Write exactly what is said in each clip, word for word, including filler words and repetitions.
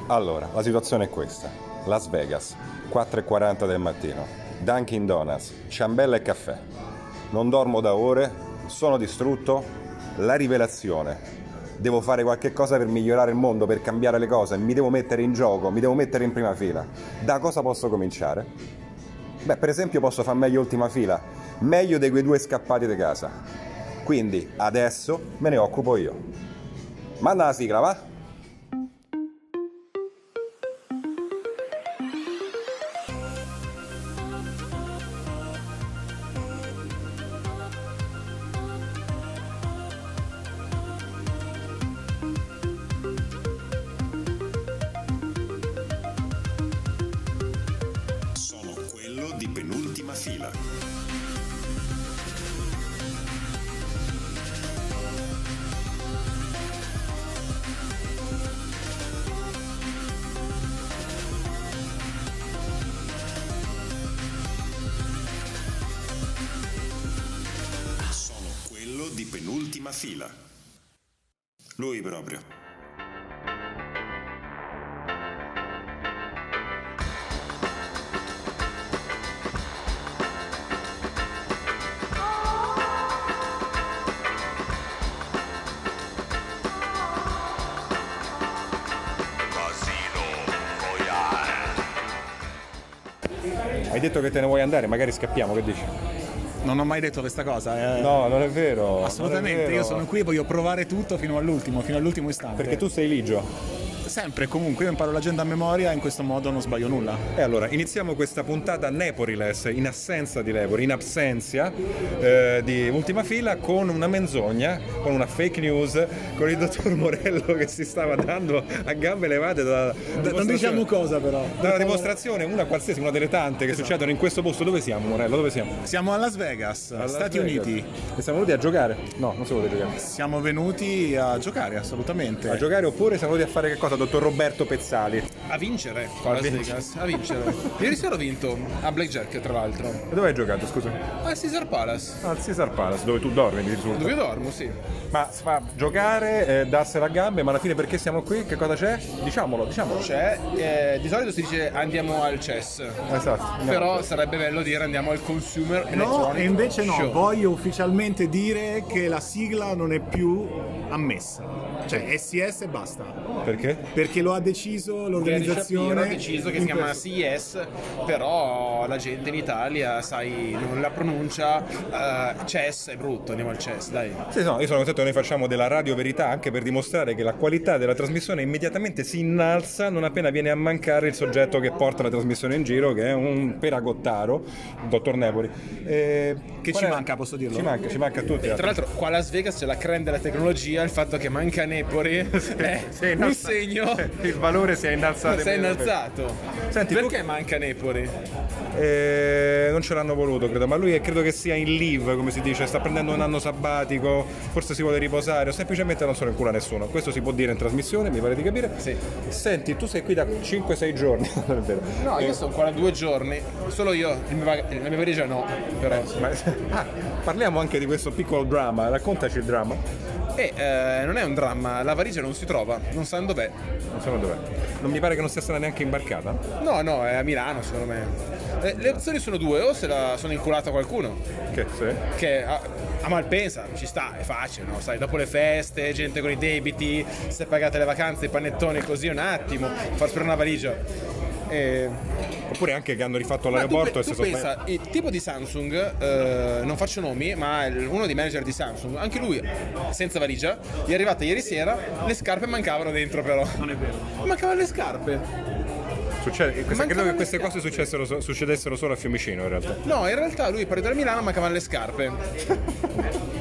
Allora, la situazione è questa. Las Vegas, quattro e quaranta del mattino. Dunkin' Donuts, ciambella e caffè. Non dormo da ore, sono distrutto. La rivelazione. Devo fare qualche cosa per migliorare il mondo, per cambiare le cose. Mi devo mettere in gioco, mi devo mettere in prima fila. Da cosa posso cominciare? Beh, per esempio posso far meglio ultima fila. Meglio di quei due scappati di casa. Quindi, adesso me ne occupo io. Manda la sigla, va? Di penultima fila. Lui proprio. Hai detto che te ne vuoi andare, magari scappiamo, che dici? Non ho mai detto questa cosa. Eh. No, non è vero. Assolutamente, è vero. Io sono qui e voglio provare tutto fino all'ultimo, fino all'ultimo istante. Perché tu sei ligio. Sempre, comunque, io imparo l'agenda a memoria e in questo modo non sbaglio nulla. E allora, iniziamo questa puntata Neporiles, in assenza di Lepori, in absenza eh, di ultima fila, con una menzogna, con una fake news, con il dottor Morello che si stava dando a gambe levate da, da non diciamo cosa però. Dalla dimostrazione, una qualsiasi, una delle tante che esatto. succedono in questo posto. Dove siamo, Morello? Dove siamo? Siamo a Las Vegas, a Stati Las Vegas. Uniti. E siamo venuti a giocare? No, non siamo venuti a giocare. Siamo venuti a giocare, assolutamente. A giocare oppure siamo venuti a fare che cosa, dottor Roberto Pezzali? A vincere a Las Vegas, a vincere. Ieri sera ho vinto a Blackjack, tra l'altro. E dove hai giocato, scusa? Al Caesar Palace. Al Caesar Palace, dove tu dormi, di risulta. Dove io dormo, sì. Ma si fa giocare, eh, darsela a gambe, ma alla fine perché siamo qui? Che cosa c'è? Diciamolo, diciamolo. C'è, eh, di solito si dice andiamo al chess. Esatto. Però no. sarebbe bello dire andiamo al Consumer No, Electronic e invece no, Show. voglio ufficialmente dire che la sigla non è più ammessa. Cioè S I S e basta. Perché? Perché lo ha deciso l'organizzazione. Ha deciso che si chiama C I S, però la gente in Italia, sai, non la pronuncia. uh, Chess è brutto, andiamo al chess, dai. Sì, no, io sono contento che noi facciamo della radio verità anche per dimostrare che la qualità della trasmissione immediatamente si innalza non appena viene a mancare il soggetto che porta la trasmissione in giro, che è un peragottaro, il dottor Nepori. Eh, che ci è? manca, posso dirlo? Ci manca, ci manca a tutti. E tra l'altro qua a Las Vegas c'è la creme della tecnologia, il fatto che manca Nepori sì, è sì, un segno. Il valore si è innalzato. Si è innalzato. Senti, perché tu... manca Nepori? Eh, non ce l'hanno voluto, credo, ma lui è, credo che sia in leave, come si dice, sta prendendo un anno sabbatico, forse si vuole riposare o semplicemente non se ne cura nessuno. Questo si può dire in trasmissione, mi pare di capire. Sì. Senti, tu sei qui da cinque sei giorni, non è vero? No, io eh. sono qua da due giorni, solo io, il mio, la mia valigia no, però. Ma, ah, parliamo anche di questo piccolo dramma, raccontaci il dramma. E eh, non è un dramma, la valigia non si trova, non sanno dov'è. Non sanno dov'è. Non mi pare che non sia stata neanche imbarcata. No, no, è a Milano secondo me. Eh, le opzioni sono due, o se la sono inculata qualcuno. Che sì. Che a, a Malpensa ci sta, è facile, no? Sai, dopo le feste, gente con i debiti, se pagate le vacanze, i panettoni così un attimo, far sperare una valigia. E... Oppure anche che hanno rifatto l'aeroporto tu, e tu si pensa, il tipo di Samsung, eh, non faccio nomi, ma uno dei manager di Samsung, anche lui senza valigia, gli è arrivata ieri sera, le scarpe mancavano dentro però. Non è vero. Mancavano le scarpe. Succede, questa, credo che queste scarpe. cose successero, succedessero solo a Fiumicino in realtà. No, in realtà lui per da Milano mancavano le scarpe.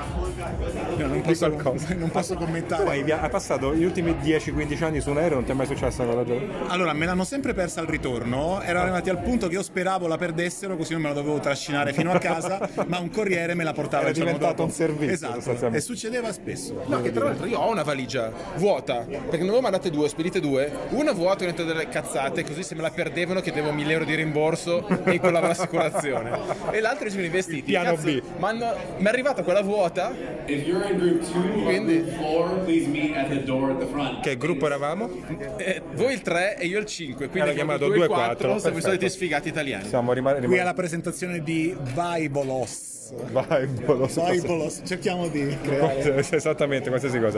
Io non posso, non posso commentare. Tu hai, hai passato gli ultimi dieci quindici anni su un aereo, non ti è mai successa una cosa? Allora, me l'hanno sempre persa al ritorno. Erano arrivati al punto che io speravo la perdessero, così non me la dovevo trascinare fino a casa, ma un corriere me la portava. Era il giorno diventato dopo. un servizio. Esatto. E succedeva spesso. No, che tra l'altro io ho una valigia vuota, perché ne avevo mandate due, spedite due, una vuota e un'altra delle cazzate, così se me la perdevano chiedevo mille euro di rimborso e incollavo l'assicurazione. E l'altra invece me li vestiti. Piano Cazzo, B. Mi è arrivata quella vuota If you're in group two or Quindi- group four, please meet at the door at the front. Che gruppo eravamo? Eh, voi il tre e io il cinque, quindi Era chiamato due due e quattro quattro, siamo i perfetto. soliti sfigati italiani. Siamo rimasti... Qui alla presentazione di Vibolos. Vai, lo so. Vibolos, cerchiamo di creare. Esattamente, qualsiasi cosa.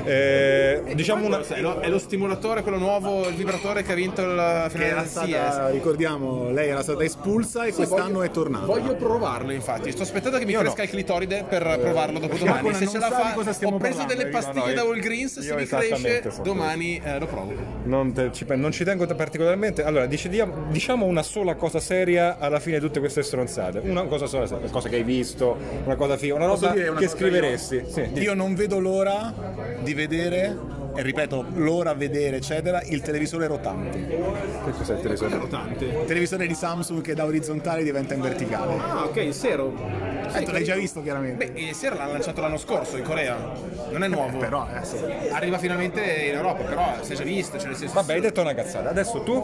Eh, diciamo una... È lo, è lo stimolatore, quello nuovo, il vibratore che ha vinto la Che era finale del C S. stata, ricordiamo, lei era stata espulsa e quest'anno è tornata. Voglio provarlo, infatti. Sto aspettando che mi Io cresca no. il clitoride per provarlo dopo domani. Marco, Se non ce la sa di fa, cosa stiamo ho preso parlando, delle io- pastiglie no, no, da io- Walgreens. Se io mi esattamente cresce, so domani eh, lo provo. Non, te- ci pen- non ci tengo particolarmente. Allora, decidiamo, diciamo una sola cosa seria alla fine di tutte queste stronzate. Una cosa sola, una cosa che hai visto, una cosa figa, una Posso roba dire una che cosa scriveresti. Sì, di- Io non vedo l'ora di vedere, e ripeto, l'ora a vedere, eccetera, il televisore rotante. Che cos'è il televisore? Tante. Il televisore di Samsung che da orizzontale diventa in verticale. Ah, ok, il Sero. Eh, tu l'hai già visto chiaramente. Beh, il Sero l'ha lanciato l'anno scorso in Corea. Non è nuovo. Però eh, sì. Arriva finalmente in Europa, però si è già visto. Cioè nel senso, Vabbè, hai detto una cazzata. Adesso tu?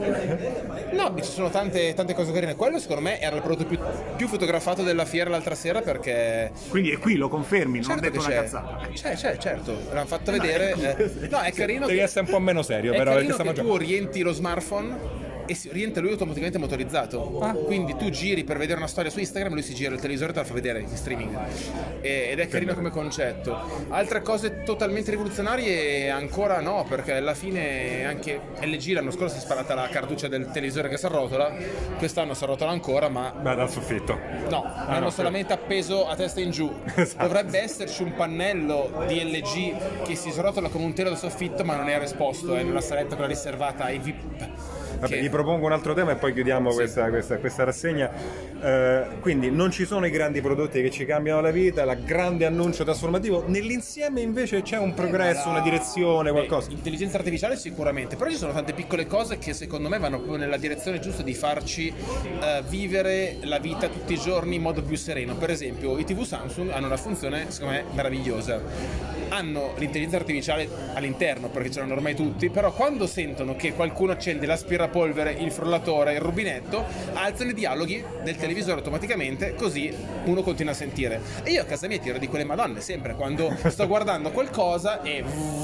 no, ci sono tante, tante cose carine. Quello secondo me era il prodotto più, più fotografato della fiera l'altra sera perché Quindi è qui, lo confermi, non ho certo detto che una c'è. cazzata. C'è, c'è, certo. L'hanno fatto vedere. eh. No, è carino. Devi che- essere un po' meno serio, È però, perché carino stiamo che già... tu orienti lo smartphone e si orienta lui automaticamente motorizzato. Ah. Quindi tu giri per vedere una storia su Instagram, lui si gira il televisore e te la fa vedere in streaming. E- ed è carino come concetto. Altre cose totalmente rivoluzionarie ancora no, perché alla fine anche L G l'anno scorso si è sparata la cartuccia del televisore che si arrotola, quest'anno si arrotola ancora, ma Ma dal soffitto. no, l'hanno no, solamente appeso a testa in giù. Esatto. Dovrebbe esserci un pannello di L G che si srotola come un telo da soffitto, ma non è esposto, è in una saletta quella riservata ai V I P. Vabbè, che- vi propongo un altro tema e poi chiudiamo questa, questa, questa rassegna. Eh, quindi non ci sono i grandi prodotti che ci cambiano la vita, la grande annuncio trasformativo. Nell'insieme invece c'è un progresso, una direzione, qualcosa. Intelligenza artificiale sicuramente, però ci sono tante piccole cose che secondo me vanno proprio nella direzione giusta di farci eh, vivere la vita tutti i giorni in modo più sereno. Per esempio i tivù Samsung hanno una funzione secondo me meravigliosa. Hanno l'intelligenza artificiale all'interno perché ce l'hanno ormai tutti, però quando sentono che qualcuno accende l'aspirapolvere, il frullatore, il rubinetto, alzano i dialoghi del televisore automaticamente, così uno continua a sentire. E io a casa mia tiro di quelle madonne sempre quando sto guardando qualcosa e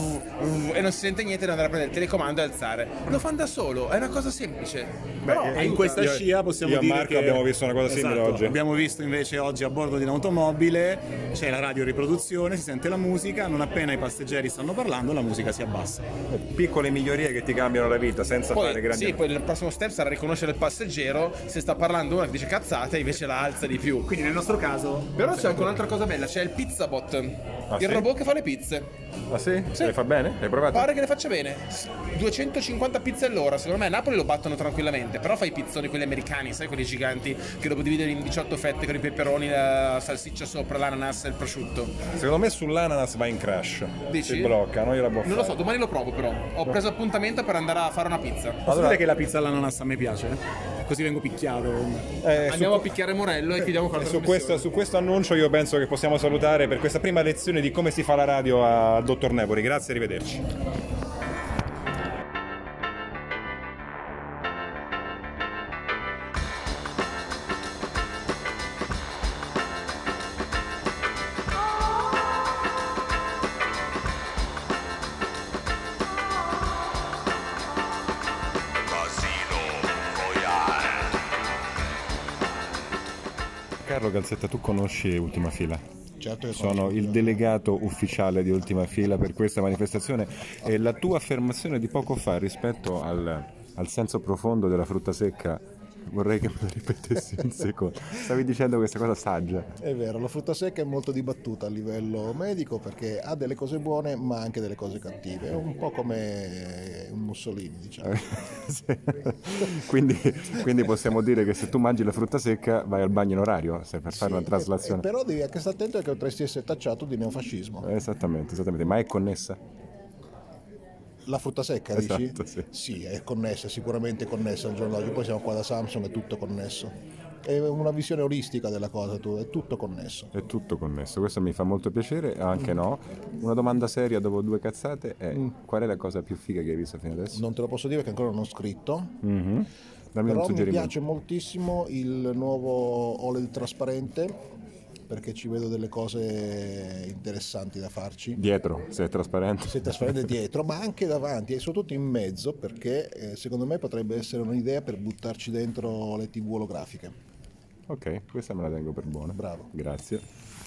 e non si sente niente, devo andare a prendere il telecomando e alzare. Lo fanno da solo, è una cosa semplice. Però E in aiuta. questa Io- scia possiamo io e dire Marco che abbiamo visto una cosa simile Esatto, oggi. Abbiamo visto invece oggi a bordo di un'automobile c'è la radioriproduzione, si sente la musica, non appena i passeggeri stanno parlando la musica si abbassa. Piccole migliorie che ti cambiano la vita senza fare Poi, grandi... sì, poi il prossimo step sarà riconoscere il passeggero, se sta parlando una che dice cazzate invece la alza di più. Quindi nel nostro caso Però c'è anche un'altra cosa bella, c'è il Pizzabot, Ah, il sì? robot che fa le pizze. Ah sì? Sì. Le fa bene? Hai provato? Pare che le faccia bene. duecentocinquanta pizze all'ora, secondo me a Napoli lo battono tranquillamente, però fa i pizzoni quelli americani, sai quelli giganti che dopo dividere in diciotto fette con i peperoni, la salsiccia sopra, l'ananas e il prosciutto. Secondo me sull'ananas va in crash. Dici? Si blocca, non gliela può Non lo so, fare. domani lo provo però. Ho preso appuntamento per andare a fare una pizza. posso Allora- dire che la pizza all'ananas a me piace? Così vengo picchiato. Eh, su- Andiamo a picchiare Morello e chiudiamo con la Su trasmissione. questo, su questo annuncio io penso che possiamo salutare per questa prima lezione di come si fa la radio a Dottor Nevori. Grazie, arrivederci. Carlo Calzetta, tu conosci Ultima Fila? Certo che Sono il delegato ufficiale di Ultima Fila per questa manifestazione e la tua affermazione di poco fa rispetto al, al senso profondo della frutta secca vorrei che me lo ripetessi un secondo. Stavi dicendo questa cosa saggia. È vero, la frutta secca è molto dibattuta a livello medico perché ha delle cose buone ma anche delle cose cattive, è un po' come un Mussolini, diciamo. Sì. quindi, quindi possiamo dire che se tu mangi la frutta secca vai al bagno in orario se per fare Sì, una traslazione. e- e però devi anche stare attento che potresti essere tacciato di neofascismo. Esattamente, esattamente, ma è connessa? La frutta secca, Esatto, dici? sì. È connessa, sicuramente connessa al giorno d'oggi. Poi siamo qua da Samsung, è tutto connesso. È una visione olistica della cosa, tu, è tutto connesso. È tutto connesso, questo mi fa molto piacere, anche no. Una domanda seria dopo due cazzate è qual è la cosa più figa che hai visto fino adesso? Non te lo posso dire perché ancora non ho scritto, Mhm. Dammi un però mi suggerimento. piace moltissimo il nuovo O L E D trasparente perché ci vedo delle cose interessanti da farci. Dietro, sei trasparente. Sei trasparente dietro, ma anche davanti e soprattutto in mezzo, perché eh, secondo me potrebbe essere un'idea per buttarci dentro le tivù olografiche. Ok, questa me la tengo per buona. Bravo. Grazie.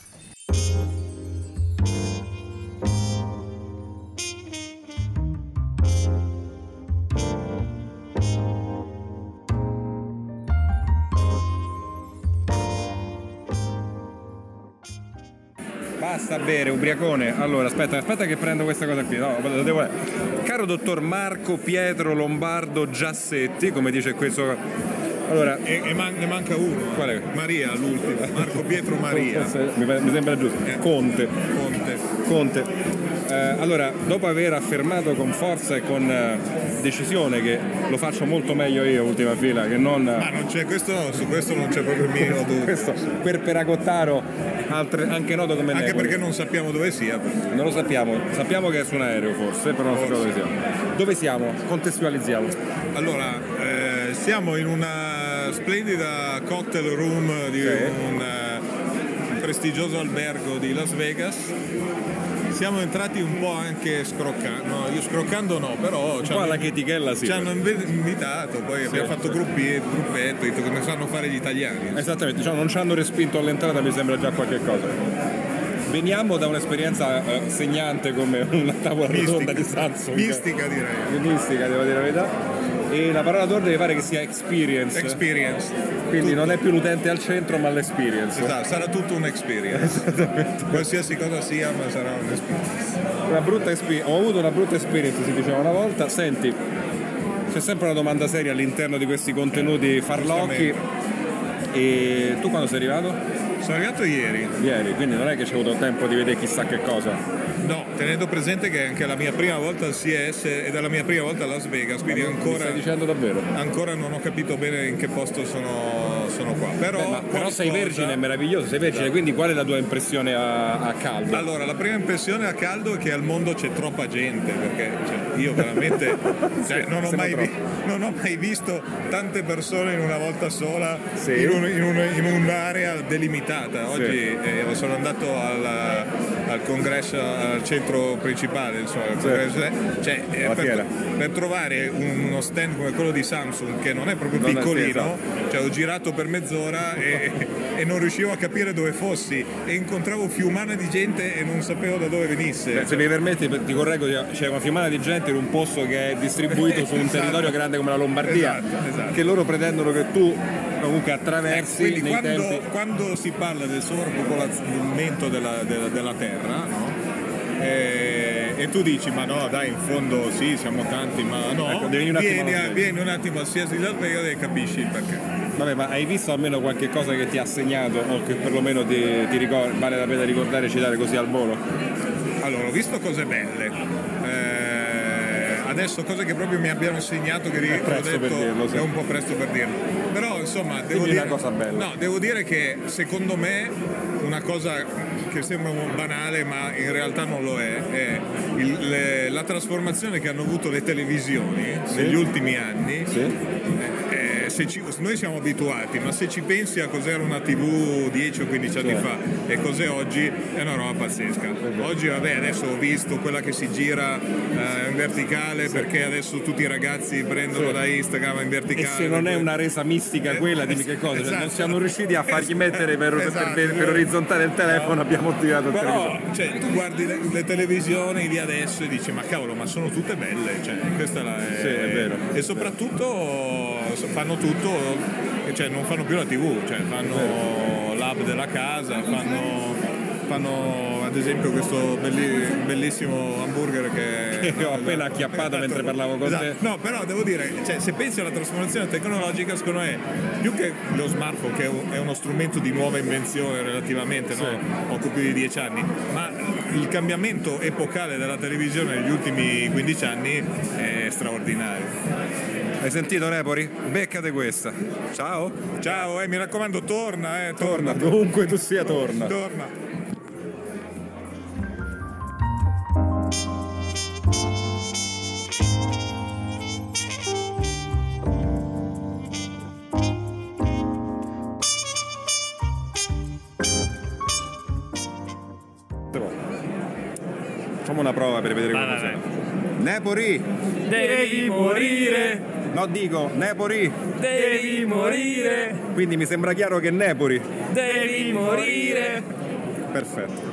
Basta bere, ubriacone. Allora, aspetta, aspetta che prendo questa cosa qui. No, lo devo... Caro dottor Marco Pietro Lombardo Giassetti, come dice questo... Allora, E, e man- ne manca uno. Qual è? Maria, l'ultimo. Marco Pietro Maria. mi, mi sembra giusto. Conte. Conte. Conte. Eh, allora, dopo aver affermato con forza e con eh, decisione che lo faccio molto meglio io, ultima fila, che non... Ma non c'è questo, su questo non c'è proprio il minimo dubbio. questo per Peragottaro, altre, anche noto come Anche Nepoli. perché non sappiamo dove sia. Non lo sappiamo, sappiamo che è su un aereo forse, però non sappiamo dove siamo. Dove siamo? Contestualizziamo. Allora, eh, siamo in una splendida cocktail room di Sì. un eh, prestigioso albergo di Las Vegas. Siamo entrati un po' anche scroccando, no, io scroccando no, però Un ci po' hanno, alla chetichella sì. ci hanno inve- invitato, poi abbiamo fatto gruppi, gruppetto, detto come sanno fare gli italiani. Esattamente, cioè non ci hanno respinto all'entrata, mi sembra già qualche cosa. Veniamo da un'esperienza eh, segnante come una tavola rotonda di Samsung. Mistica direi. Mistica, devo dire la verità. E la parola d'ordine mi pare che sia experience. Experience. Quindi Tutto. non è più l'utente al centro, ma l'experience. Esatto, sarà tutto un experience. Qualsiasi cosa sia, ma sarà un experience. Una brutta esperienza. Ho avuto una brutta esperienza, si diceva una volta. Senti, c'è sempre una domanda seria all'interno di questi contenuti farlocchi. E tu quando sei arrivato? Sono arrivato ieri. Ieri, quindi non è che c'è avuto tempo di vedere chissà che cosa. No, tenendo presente che è anche la mia prima volta al C E S ed è la mia prima volta a Las Vegas, quindi Mi ancora, stai dicendo davvero? ancora non ho capito bene in che posto sono, sono qua. Però, Beh, ma però sei qualcosa- vergine, è meraviglioso, sei vergine, quindi qual è la tua impressione a, a caldo? Allora, la prima impressione a caldo è che al mondo c'è troppa gente, perché cioè, io veramente cioè, non, ho siamo mai vi- troppi. non ho mai visto tante persone in una volta sola Sì. in, un- in un- in un'area delimitata. Oggi Sì. eh, sono andato al, al congresso, al centro principale, insomma, al congresso, cioè, eh, Alla per, fiera. per trovare un- uno stand come quello di Samsung, che non è proprio Non è- sì, piccolino, esatto. cioè, ho girato per mezz'ora e, e non riuscivo a capire dove fossi e incontravo fiumana di gente e non sapevo da dove venisse. Beh, se mi permetti, ti correggo, c'è una fiumana di gente in un posto che è distribuito su un Esatto. territorio grande come la Lombardia, Esatto, esatto. che loro pretendono che tu comunque attraversi Quindi nei quando, tempi. quando si parla del sovrappopolamento della, della- della terra, no? E, e tu dici ma no dai, in fondo sì, siamo tanti, ma no, Ecco, devi un attimo vieni, alla a- sveglia. vieni un attimo al Siesi di Las Vegas e capisci il perché. Vabbè, ma hai visto almeno qualche cosa che ti ha segnato o che perlomeno ti, ti ricor- vale la pena ricordare e citare così al volo? Allora, ho visto cose belle. Eh, adesso cose che proprio mi abbiano segnato che ho presto per detto dirlo, sì. è un po' presto per dirlo. Però insomma, devo Quindi dire una cosa bella. No, devo dire che secondo me una cosa che sembra banale, ma in realtà non lo è, è il- le- la trasformazione che hanno avuto le televisioni negli ultimi anni. Sì. Eh, se ci- noi siamo abituati, ma se ci pensi a cos'era una tivù dieci o quindici anni Sì. fa e cos'è oggi, è una roba pazzesca. Oggi, vabbè, adesso ho visto quella che si gira eh, in verticale perché adesso tutti i ragazzi prendono Sì. da Instagram in verticale. E se non è perché- una resa mistica Eh, quella, dimmi che cosa? Cioè, non esatto. siamo riusciti a fargli mettere per, per- Esatto. per- per orizzontale il telefono, abbiamo attivato il Però televisore. cioè, tu guardi le, le televisioni di adesso e dici ma cavolo, ma sono tutte belle, cioè, questa è la, Sì, è vero. e soprattutto fanno tutto, cioè non fanno più la tivù, cioè fanno l'hub della casa, fanno, fanno ad esempio questo belli- bellissimo hamburger che, Che ho appena acchiappato mentre parlavo con Esatto. te. No, però devo dire, cioè, se pensi alla trasformazione tecnologica, secondo me, più che lo smartphone, che è un- è uno strumento di nuova invenzione relativamente, no? Poco più di dieci anni, ma il cambiamento epocale della televisione negli ultimi quindici anni è straordinario. Hai sentito Repori? Beccate questa. Ciao. Ciao, eh, mi raccomando, torna, eh, torna, Torna, dovunque tu sia, torna. torna. per vedere come Vai, vai, funziona. Nepori! Devi morire, No, dico, Nepori! devi morire, Quindi mi sembra chiaro che Nepori. devi morire. Perfetto.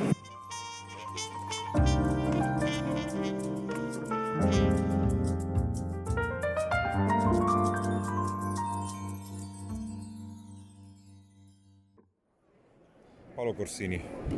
Paolo Corsini,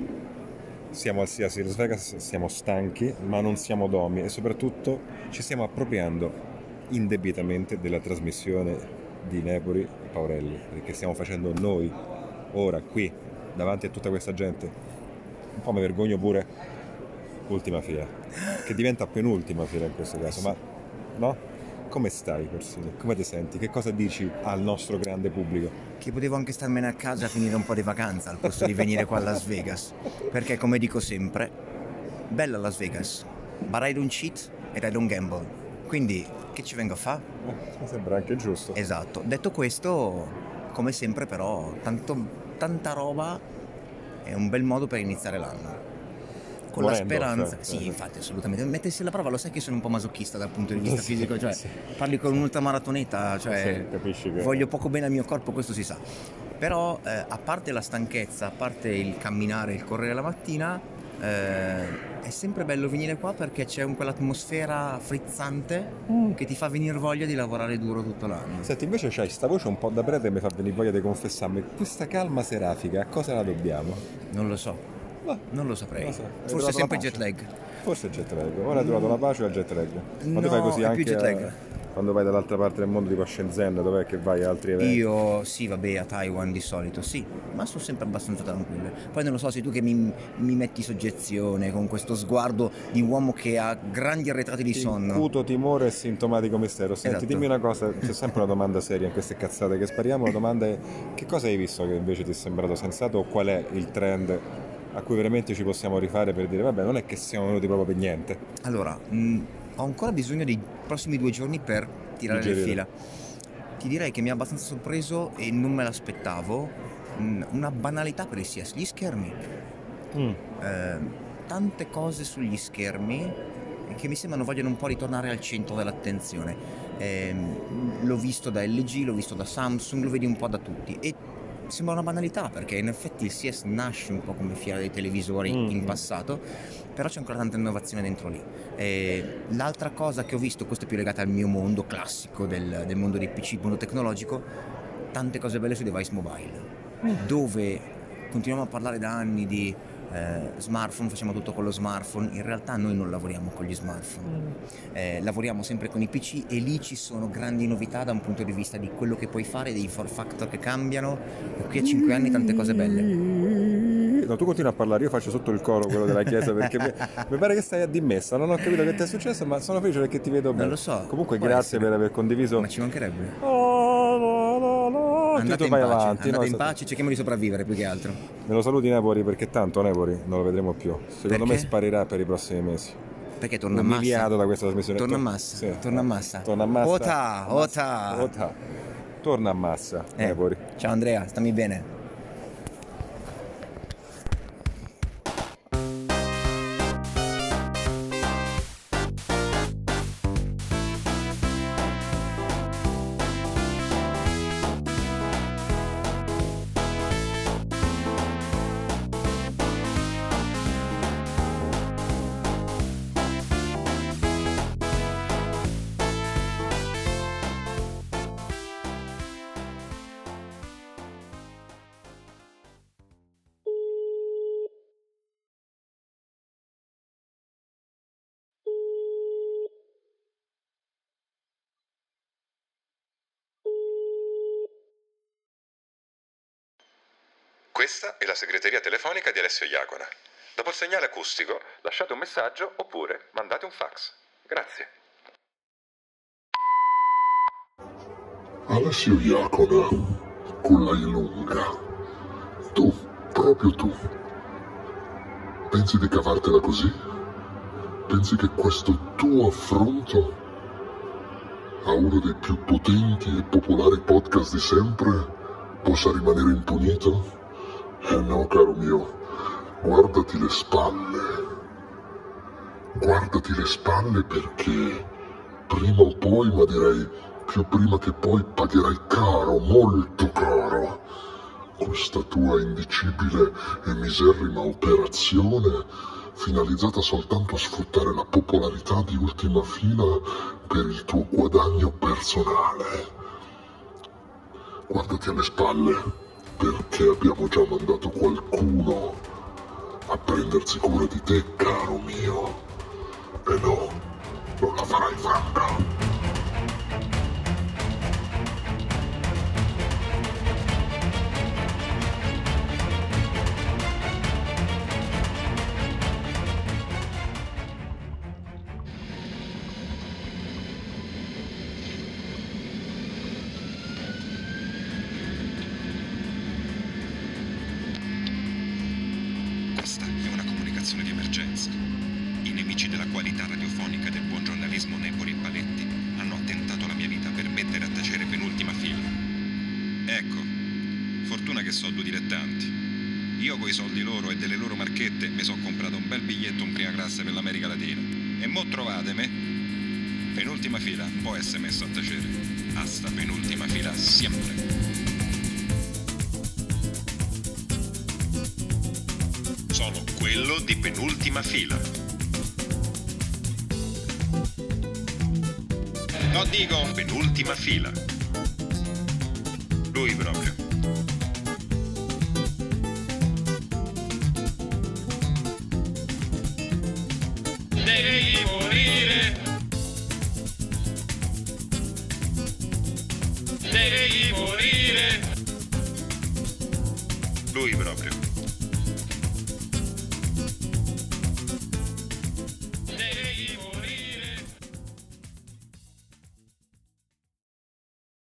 siamo al S I A S di Las Vegas, siamo stanchi ma non siamo domi e soprattutto ci stiamo appropriando indebitamente della trasmissione di Nepori e Paorelli, perché stiamo facendo noi, ora, qui, davanti a tutta questa gente. Un po' mi vergogno pure, ultima fila, che diventa penultima fila in questo caso, ma no? Come stai, Corsini? Come ti senti? Che cosa dici al nostro grande pubblico? Che potevo anche starmene a casa a finire un po' di vacanza al posto di venire qua a Las Vegas, perché come dico sempre, bella Las Vegas, but I don't cheat and I don't gamble, quindi che ci vengo a fare? Mi sembra anche giusto. Esatto, detto questo, come sempre però, tanto, tanta roba è un bel modo per iniziare l'anno. Con Volendo, la speranza, cioè, sì, infatti, assolutamente. Mettersi alla prova, lo sai che sono un po' masochista dal punto di vista Sì, fisico, cioè sì. parli con un ultramaratoneta, cioè Sì, capisci che- voglio poco bene al mio corpo, questo si sa. Però eh, a parte la stanchezza, a parte il camminare, il correre la mattina, eh, è sempre bello venire qua perché c'è un, quell'atmosfera frizzante che ti fa venire voglia di lavorare duro tutto l'anno. Senti, invece c'hai sta voce un po' da prete e mi fa venire voglia di confessarmi. Questa calma serafica, a cosa la dobbiamo? Non lo so, Ma non lo saprei. non lo so. Hai Forse trovato sempre la jet pace? lag. Forse il jet lag. Ora hai trovato la pace o il jet lag? Ma tu No, fai così è più anche jet lag. a- quando vai dall'altra parte del mondo, tipo a Shenzhen, dov'è che vai a altri eventi? Io sì, vabbè, a Taiwan di solito, sì, ma sono sempre abbastanza tranquillo. Poi non lo so, sei tu che mi, mi metti soggezione con questo sguardo di uomo che ha grandi arretrati di sonno. Incuto timore e sintomatico mistero. Senti, Esatto. dimmi una cosa, c'è sempre una domanda seria in queste cazzate che spariamo. La domanda è: che cosa hai visto che invece ti è sembrato sensato, o qual è il trend a cui veramente ci possiamo rifare per dire vabbè, non è che siamo venuti proprio per niente? Allora, mh, ho ancora bisogno dei prossimi due giorni per tirare le Digerire. fila. Ti direi che mi ha abbastanza sorpreso e non me l'aspettavo. mh, Una banalità per il S I A S, gli schermi. Mm. Eh, tante cose sugli schermi che mi sembrano vogliono un po' ritornare al centro dell'attenzione. Ehm, l'ho visto da L G, l'ho visto da Samsung, lo vedi un po' da tutti e sembra una banalità perché in effetti il S I A S nasce un po' come fiera dei televisori Mm. in passato, però c'è ancora tanta innovazione dentro lì. E l'altra cosa che ho visto, questo è più legata al mio mondo classico del, del mondo dei P C, mondo tecnologico, tante cose belle sui device mobile, dove continuiamo a parlare da anni di eh, smartphone, facciamo tutto con lo smartphone, in realtà noi non lavoriamo con gli smartphone, eh, lavoriamo sempre con i P C e lì ci sono grandi novità da un punto di vista di quello che puoi fare, dei form factor che cambiano, e qui a cinque anni tante cose belle. No, tu continui a parlare, io faccio sotto il coro quello della chiesa perché mi, mi pare che stai a dimessa, non ho capito che ti è successo, ma sono felice perché ti vedo bene. Non lo so, Comunque può grazie essere. per aver condiviso. Ma ci mancherebbe. Oh, no, no, no. Andate tu in vai pace, avanti, andate no, in sta- pace, cerchiamo di sopravvivere più che altro. Me lo saluti Nepori perché tanto Nepori non lo vedremo più. Secondo me Perché? sparirà per i prossimi mesi. Perché torna a massa. Umiliato da questa trasmissione. Torna a Tor- massa, sì. torna a massa. Torna a massa. Ota, ota. Ota. Torna a massa, Eh, Nepori. Ciao Andrea, stammi bene. Questa è la segreteria telefonica di Alessio Iacona. Dopo il segnale acustico lasciate un messaggio oppure mandate un fax. Grazie. Alessio Iacona, con la I lunga. Tu, proprio tu. Pensi di cavartela così? Pensi che questo tuo affronto a uno dei più potenti e popolari podcast di sempre possa rimanere impunito? Eh no, caro mio, guardati le spalle. guardati le spalle perché prima o poi, ma direi più prima che poi, pagherai caro, molto caro, questa tua indicibile e miserrima operazione finalizzata soltanto a sfruttare la popolarità di Ultima Fila per il tuo guadagno personale. Guardati alle spalle, perché abbiamo già mandato qualcuno a prendersi cura di te, caro mio. E no, non la farai franca. Questa è una comunicazione di emergenza. I nemici della qualità radiofonica del buon giornalismo Nepoli e Paletti hanno attentato alla mia vita per mettere a tacere Penultima Fila. Ecco, fortuna che so due dilettanti. Io coi soldi loro e delle loro marchette mi sono comprato un bel biglietto in prima classe per l'America Latina. E mo trovatemi. Penultima Fila può essere messo a tacere. Hasta Penultima Fila sempre. Sono quello di Penultima Fila. No, dico Penultima Fila. Lui proprio. Devi morire. Devi morire. Lui proprio.